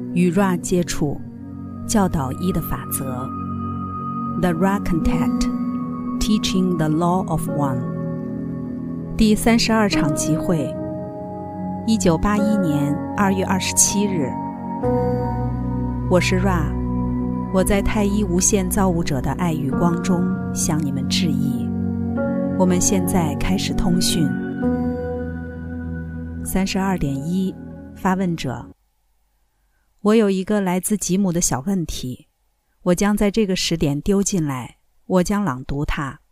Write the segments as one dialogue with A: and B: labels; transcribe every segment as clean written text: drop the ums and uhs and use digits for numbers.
A: 与 Ra 接触，教导一的法则 The Ra Contact Teaching the Law of One 第32场集会1981年2月27日。我是 Ra， 我在太一无限造物者的爱与光中向你们致意。我们现在开始通讯。32.1 发问者：我有一个来自吉姆的小问题，我将在这个时点丢进来，我将朗读它。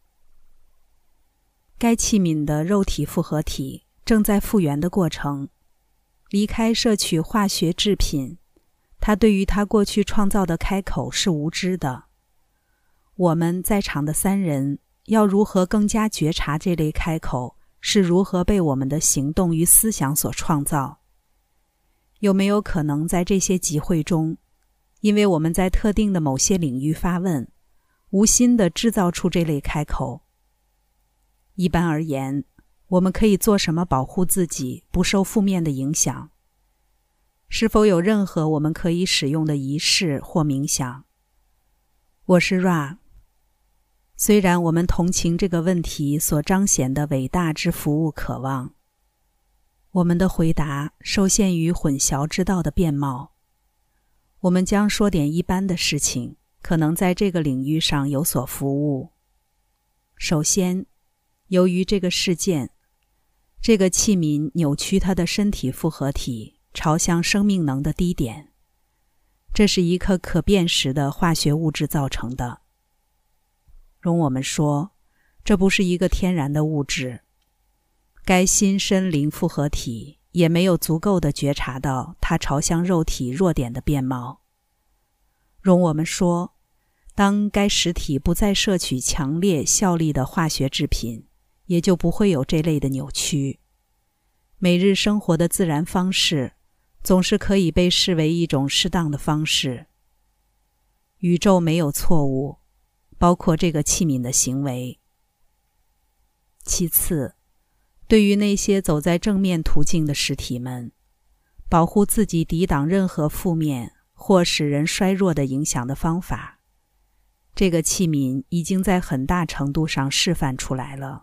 A: 该器皿的肉体复合体正在复原的过程，离开摄取化学制品，它对于它过去创造的开口是无知的。我们在场的3人要如何更加觉察这类开口是如何被我们的行动与思想所创造？有没有可能在这些集会中，因为我们在特定的某些领域发问，无心地制造出这类开口？一般而言，我们可以做什么保护自己不受负面的影响？是否有任何我们可以使用的仪式或冥想？我是 Ra。 虽然我们同情这个问题所彰显的伟大之服务渴望，我们的回答受限于混淆之道的面貌。我们将说点一般的事情，可能在这个领域上有所服务。首先，由于这个事件，这个器皿扭曲它的身体复合体朝向生命能的低点，这是一颗可辨识的化学物质造成的。容我们说，这不是一个天然的物质。该心身灵复合体也没有足够的觉察到它朝向肉体弱点的面貌。容我们说，当该实体不再摄取强烈效力的化学制品，也就不会有这类的扭曲。每日生活的自然方式总是可以被视为一种适当的方式。宇宙没有错误，包括这个器皿的行为。其次，对于那些走在正面途径的实体们，保护自己抵挡任何负面或使人衰弱的影响的方法，这个器皿已经在很大程度上示范出来了。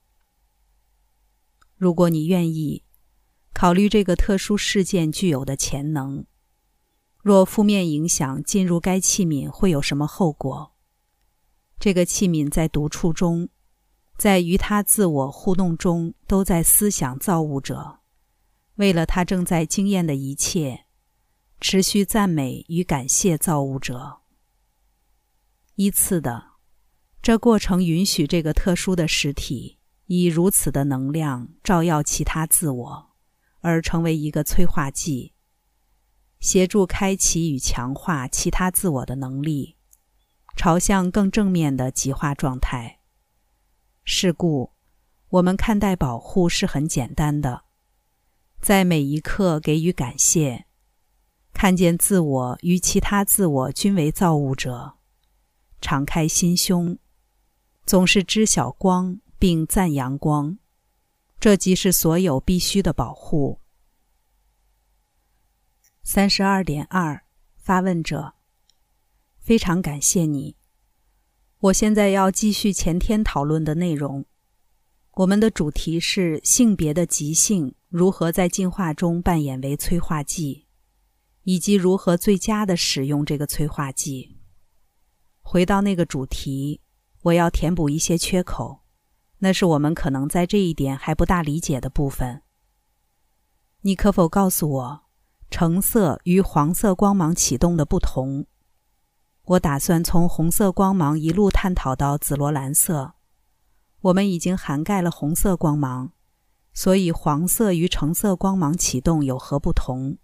A: 如果你愿意考虑这个特殊事件具有的潜能，若负面影响进入该器皿会有什么后果？这个器皿在独处中，在与他自我互动中，都在思想造物者，为了他正在经验的一切，持续赞美与感谢造物者。依次的，这过程允许这个特殊的实体以如此的能量照耀其他自我，而成为一个催化剂，协助开启与强化其他自我的能力，朝向更正面的极化状态。是故，我们看待保护是很简单的，在每一刻给予感谢，看见自我与其他自我均为造物者，敞开心胸，总是知晓光并赞扬光，这即是所有必须的保护。32.2 发问者：非常感谢你。我现在要继续前天讨论的内容。我们的主题是性别的极性如何在进化中扮演为催化剂，以及如何最佳地使用这个催化剂。回到那个主题，我要填补一些缺口，那是我们可能在这一点还不大理解的部分。你可否告诉我，橙色与黄色光芒启动的不同？我打算从红色光芒一路探讨到紫罗兰色。我们已经涵盖了红色光芒，所以黄色与橙色光芒启动有何不同？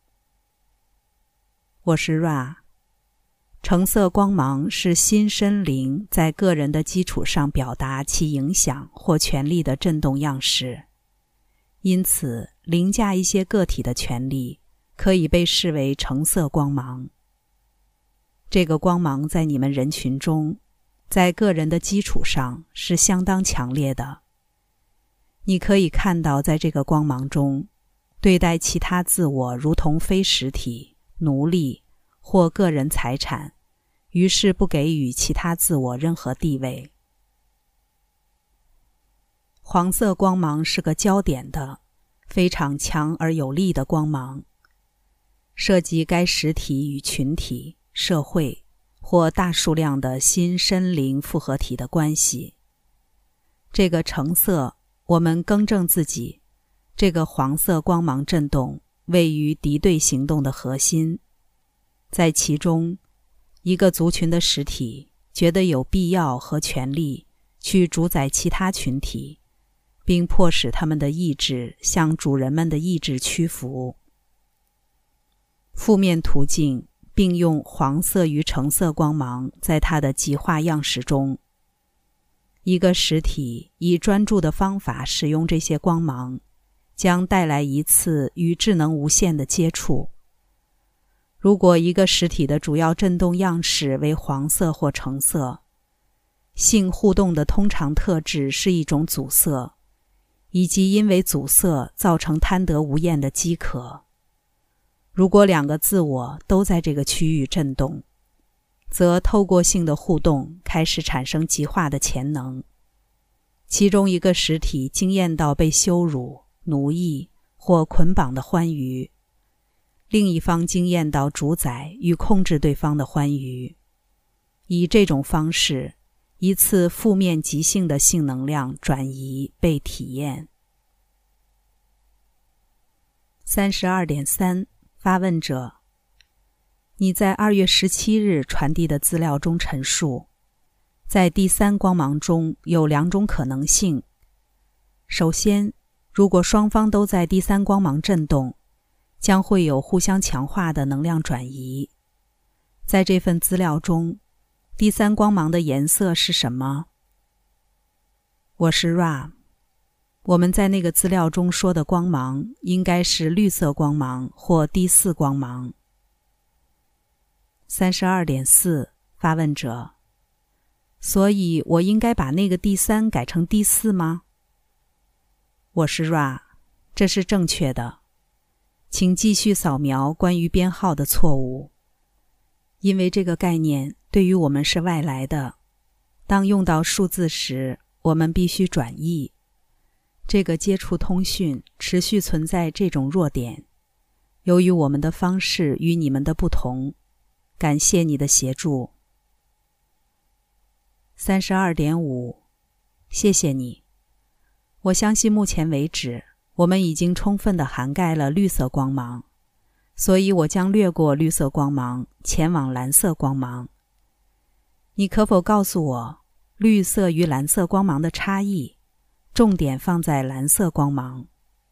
A: 我是 Ra。 橙色光芒是心身灵在个人的基础上表达其影响或权利的振动样式，因此凌驾一些个体的权利可以被视为橙色光芒。这个光芒在你们人群中，在个人的基础上是相当强烈的。你可以看到，在这个光芒中，对待其他自我如同非实体， 奴隶或个人财产，于是不给予其他自我任何地位。黄色光芒是个焦点的、非常强而有力的光芒，涉及该实体与群体、社会或大数量的新身灵复合体的关系。这个橙色，我们更正自己，这个黄色光芒振动位于敌对行动的核心，在其中，一个族群的实体觉得有必要和权利去主宰其他群体，并迫使他们的意志向主人们的意志屈服。负面途径并用黄色与橙色光芒在它的极化样式中。一个实体以专注的方法使用这些光芒，将带来一次与智能无限的接触。如果一个实体的主要振动样式为黄色或橙色，性互动的通常特质是一种阻塞，以及因为阻塞造成贪得无厌的饥渴。如果两个自我都在这个区域振动，则透过性的互动开始产生极化的潜能。其中一个实体经验到被羞辱、奴役或捆绑的欢愉，另一方经验到主宰与控制对方的欢愉。以这种方式，一次负面极性的性能量转移被体验。32.3 发问者：你在2月17日传递的资料中陈述，在第三光芒中有2种可能性。首先，如果双方都在第三光芒振动，将会有互相强化的能量转移。在这份资料中，第三光芒的颜色是什么？我是 Ra。 我们在那个资料中说的光芒应该是绿色光芒或第四光芒。32.4 发问者：所以我应该把那个第三改成第四吗？我是 Ra， 这是正确的。请继续扫描关于编号的错误，因为这个概念对于我们是外来的。当用到数字时，我们必须转译。这个接触通讯持续存在这种弱点，由于我们的方式与你们的不同。感谢你的协助。32.5 谢谢你。我相信目前为止，我们已经充分地涵盖了绿色光芒，所以我将略过绿色光芒，前往蓝色光芒。你可否告诉我绿色与蓝色光芒的差异，重点放在蓝色光芒？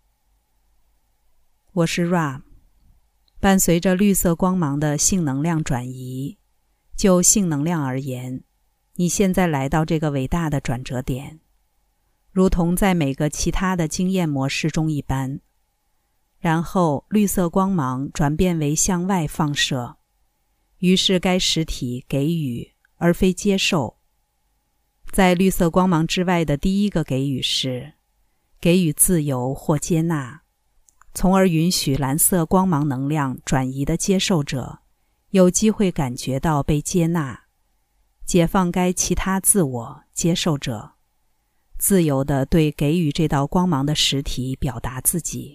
A: 我是 Ra。 伴随着绿色光芒的性能量转移，就性能量而言，你现在来到这个伟大的转折点，如同在每个其他的经验模式中一般。然后绿色光芒转变为向外放射，于是该实体给予而非接受。在绿色光芒之外的第一个给予是给予自由或接纳，从而允许蓝色光芒能量转移的接受者有机会感觉到被接纳，解放该其他自我接受者，自由地对给予这道光芒的实体表达自己。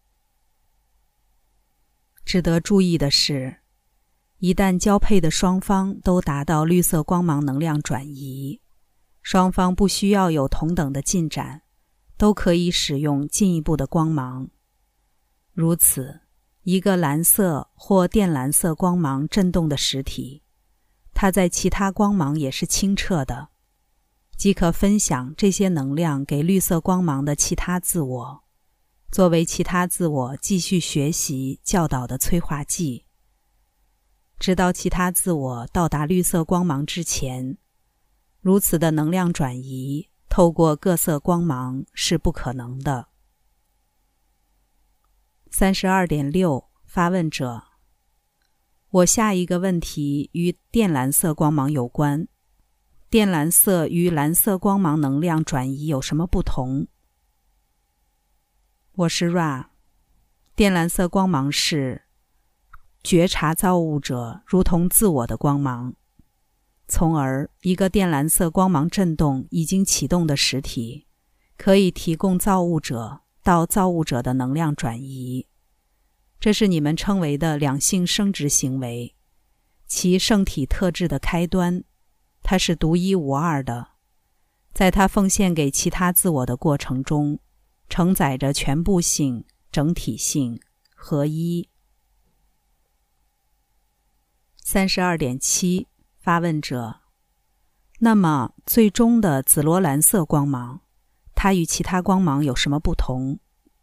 A: 值得注意的是，一旦交配的双方都达到绿色光芒能量转移，双方不需要有同等的进展，都可以使用进一步的光芒。如此，一个蓝色或靛蓝色光芒振动的实体，它在其他光芒也是清澈的，即可分享这些能量给绿色光芒的其他自我，作为其他自我继续学习教导的催化剂。直到其他自我到达绿色光芒之前，如此的能量转移透过各色光芒是不可能的。32.6 发问者：我下一个问题与靛蓝色光芒有关。靛蓝色与蓝色光芒能量转移有什么不同？我是 Ra。 靛蓝色光芒是觉察造物者如同自我的光芒，从而一个靛蓝色光芒振动已经启动的实体，可以提供造物者到造物者的能量转移。这是你们称为的两性生殖行为，其圣体特质的开端，它是独一无二的，在它奉献给其他自我的过程中，承载着全部性、整体性、合一。32.7 发问者：那么最终的紫罗兰色光芒，它与其他光芒有什么不同？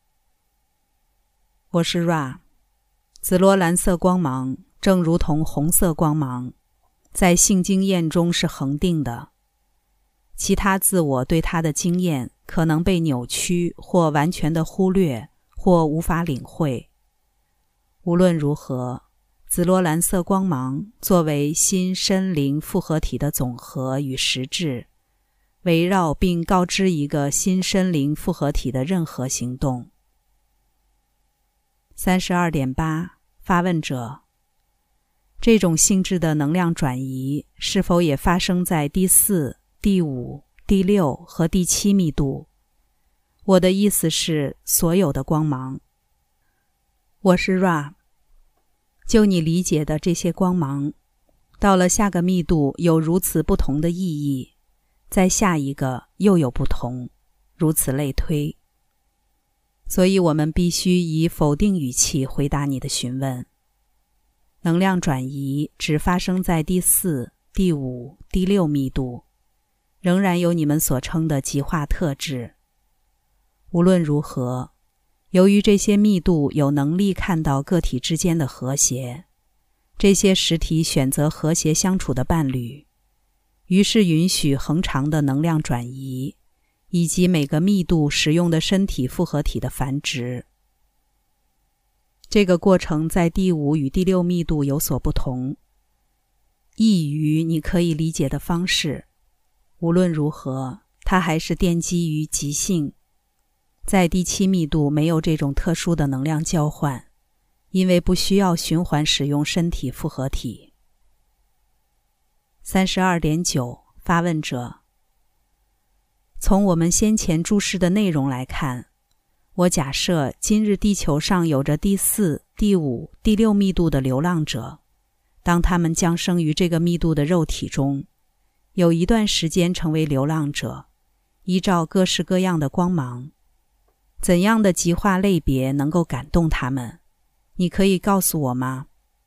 A: 我是 Ra。 紫罗兰色光芒正如同红色光芒，在性经验中是恒定的，其他自我对它的经验可能被扭曲或完全的忽略或无法领会。无论如何，紫罗兰色光芒作为心身灵复合体的总和与实质，围绕并告知一个心身灵复合体的任何行动。32.8 发问者：这种性质的能量转移是否也发生在第4、第5、第6和第7密度？我的意思是所有的光芒。我是 Ra。 就你理解的这些光芒，到了下个密度有如此不同的意义，在下一个又有不同，如此类推。所以我们必须以否定语气回答你的询问。能量转移只发生在第4、第5、第6密度，仍然有你们所称的极化特质。无论如何，由于这些密度有能力看到个体之间的和谐，这些实体选择和谐相处的伴侣，于是允许恒长的能量转移，以及每个密度使用的身体复合体的繁殖。这个过程在第5与第6密度有所不同，异于你可以理解的方式。无论如何，它还是奠基于极性。在第7密度没有这种特殊的能量交换，因为不需要循环使用身体复合体。32.9 发问者：从我们先前注释的内容来看，我假设今日地球上有着第4、第5、第6密度的流浪者，当他们降生于这个密度的肉体中，有一段时间成为流浪者，依照各式各样的光芒。怎样的极化类别能够感动他们？你可以告诉我吗？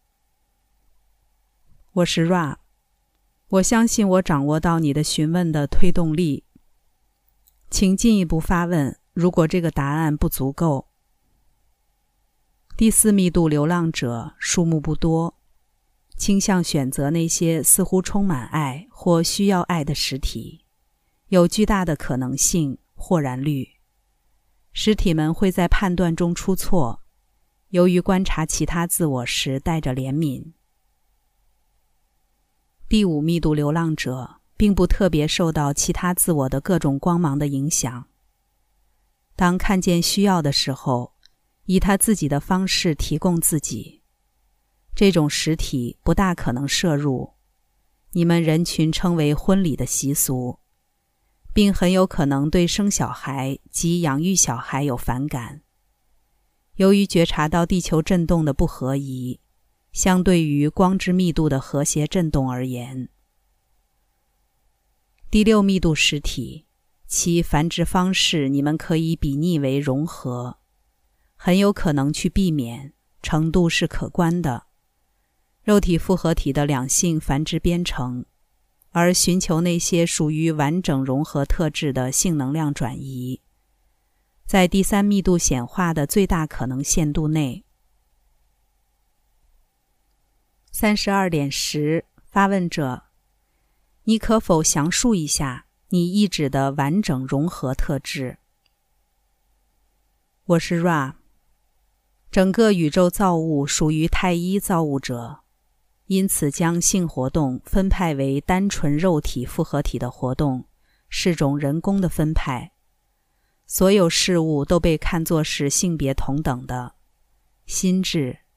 A: 我是 Ra。 我相信我掌握到你的询问的推动力。请进一步发问，如果这个答案不足够。第4密度流浪者数目不多，倾向选择那些似乎充满爱或需要爱的实体，有巨大的可能性，或然率。实体们会在判断中出错，由于观察其他自我时带着怜悯。第5密度流浪者并不特别受到其他自我的各种光芒的影响。当看见需要的时候，以他自己的方式提供自己。这种实体不大可能摄入你们人群称为婚礼的习俗，并很有可能对生小孩及养育小孩有反感。由于觉察到地球振动的不合宜，相对于光之密度的和谐振动而言，第6密度实体，其繁殖方式你们可以比拟为融合，很有可能去避免，程度是可观的。肉体复合体的两性繁殖编程，而寻求那些属于完整融合特质的性能量转移，在第3密度显化的最大可能限度内。32.10 发问者：你可否详述一下你意指的完整融合特质？我是 Ra。 整个宇宙造物属于太一造物者，因此将性活动分派为单纯肉体复合体的活动，是种人工的分派。所有事物都被看作是性别同等的，心智、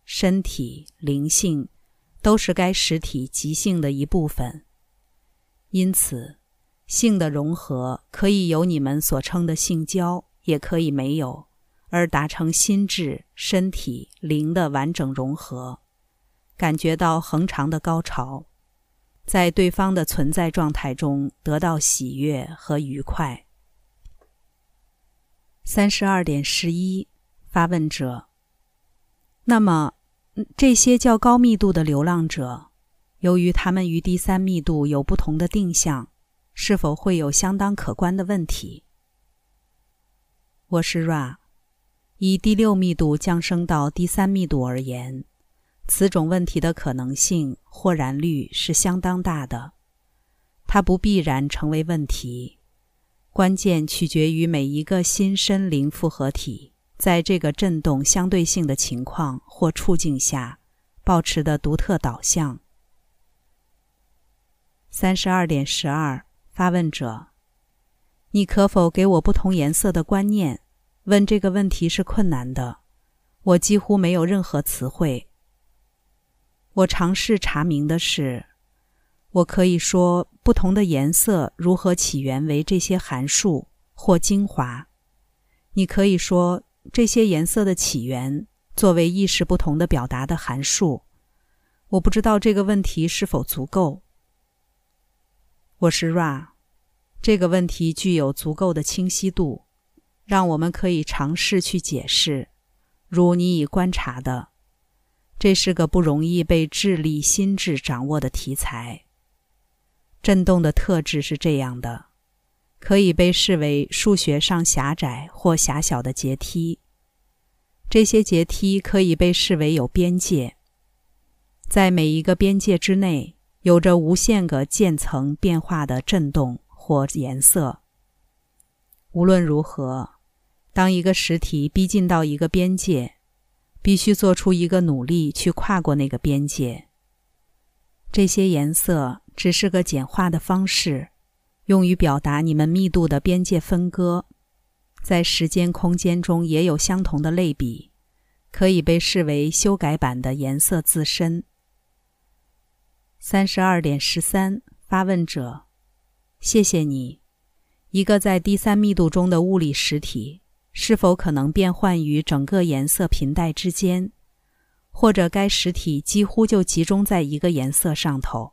A: 身体、灵性都是该实体即性的一部分。因此，性的融合可以有你们所称的性交，也可以没有，而达成心智、身体、灵的完整融合，感觉到恒长的高潮，在对方的存在状态中得到喜悦和愉快。32.11 发问者：那么这些较高密度的流浪者，由于他们与第三密度有不同的定向，是否会有相当可观的问题？我是 Ra。 以第6密度降升到第3密度而言，此种问题的可能性或然率是相当大的。它不必然成为问题，关键取决于每一个新身灵复合体在这个振动相对性的情况或处境下保持的独特导向。32.12 发问者：你可否给我不同颜色的观念？问这个问题是困难的，我几乎没有任何词汇。我尝试查明的是，我可以说不同的颜色如何起源为这些函数或精华。你可以说这些颜色的起源作为意识不同的表达的函数。我不知道这个问题是否足够。我是 Ra。 这个问题具有足够的清晰度，让我们可以尝试去解释，如你已观察的，这是个不容易被智力心智掌握的题材。振动的特质是这样的，可以被视为数学上狭窄或狭小的阶梯。这些阶梯可以被视为有边界，在每一个边界之内有着无限个渐层变化的振动或颜色。无论如何，当一个实体逼近到一个边界，必须做出一个努力去跨过那个边界。这些颜色只是个简化的方式，用于表达你们密度的边界分割。在时间空间中也有相同的类比，可以被视为修改版的颜色自身。32.13 发问者：谢谢你。一个在第3密度中的物理实体是否可能变换于整个颜色频带之间，或者该实体几乎就集中在一个颜色上头？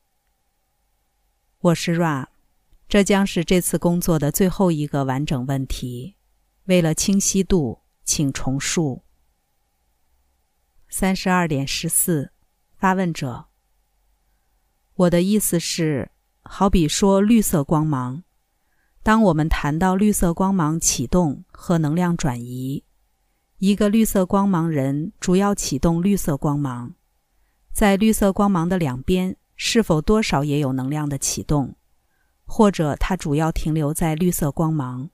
A: 我是 Ra。 这将是这次工作的最后一个完整问题，为了清晰度，请重述。32.14 发问者：我的意思是，好比说绿色光芒，当我们谈到绿色光芒启动和能量转移，一个绿色光芒人主要启动绿色光芒，在绿色光芒的两边是否多少也有能量的启动，或者它主要停留在绿色光芒？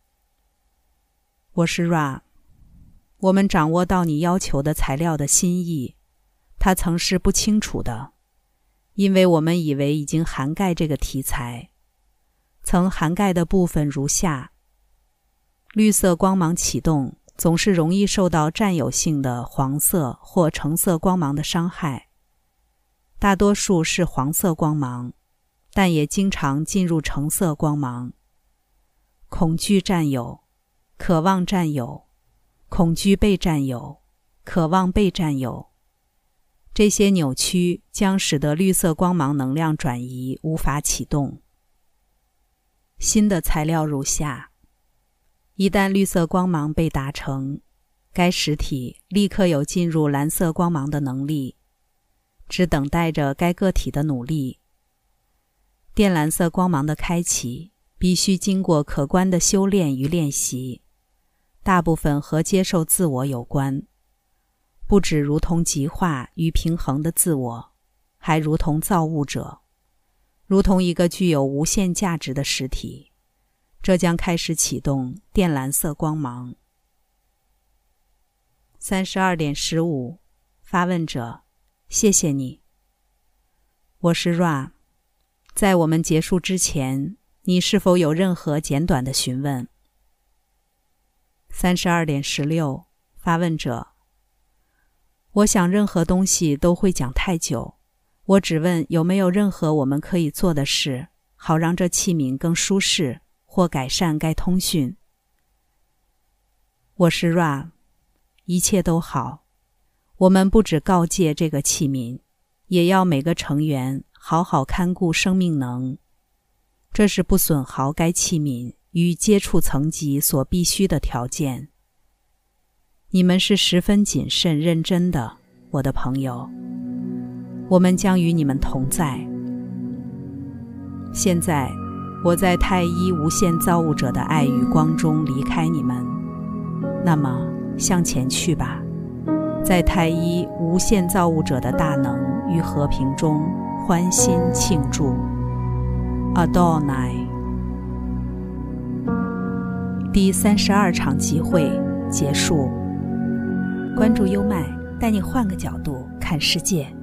A: 我是 Ra。 我们掌握到你要求的材料的心意，它曾是不清楚的，因为我们以为已经涵盖这个题材。曾涵盖的部分如下：绿色光芒启动总是容易受到占有性的黄色或橙色光芒的伤害，大多数是黄色光芒，但也经常进入橙色光芒。恐惧占有，渴望占有，恐惧被占有，渴望被占有。这些扭曲将使得绿色光芒能量转移无法启动。新的材料如下：一旦绿色光芒被达成，该实体立刻有进入蓝色光芒的能力，只等待着该个体的努力。靛蓝色光芒的开启必须经过可观的修炼与练习，大部分和接受自我有关，不只如同极化与平衡的自我，还如同造物者，如同一个具有无限价值的实体。这将开始启动靛蓝色光芒。32.15 发问者：谢谢你。我是 Ra。 在我们结束之前，你是否有任何简短的询问？32.16 发问者： 我想任何东西都会讲太久，我只问有没有任何我们可以做的事，好让这器皿更舒适，或改善该通讯。我是 Ra， 一切都好。我们不只告诫这个器皿，也要每个成员好好看顾生命能，这是不损耗该器皿与接触层级所必须的条件。你们是十分谨慎认真的，我的朋友，我们将与你们同在。现在，我在太一无限造物者的爱与光中离开你们，那么向前去吧，在太一无限造物者的大能与和平中欢欣庆祝。Adonai。 第32场集会结束。关注优麦，带你换个角度看世界。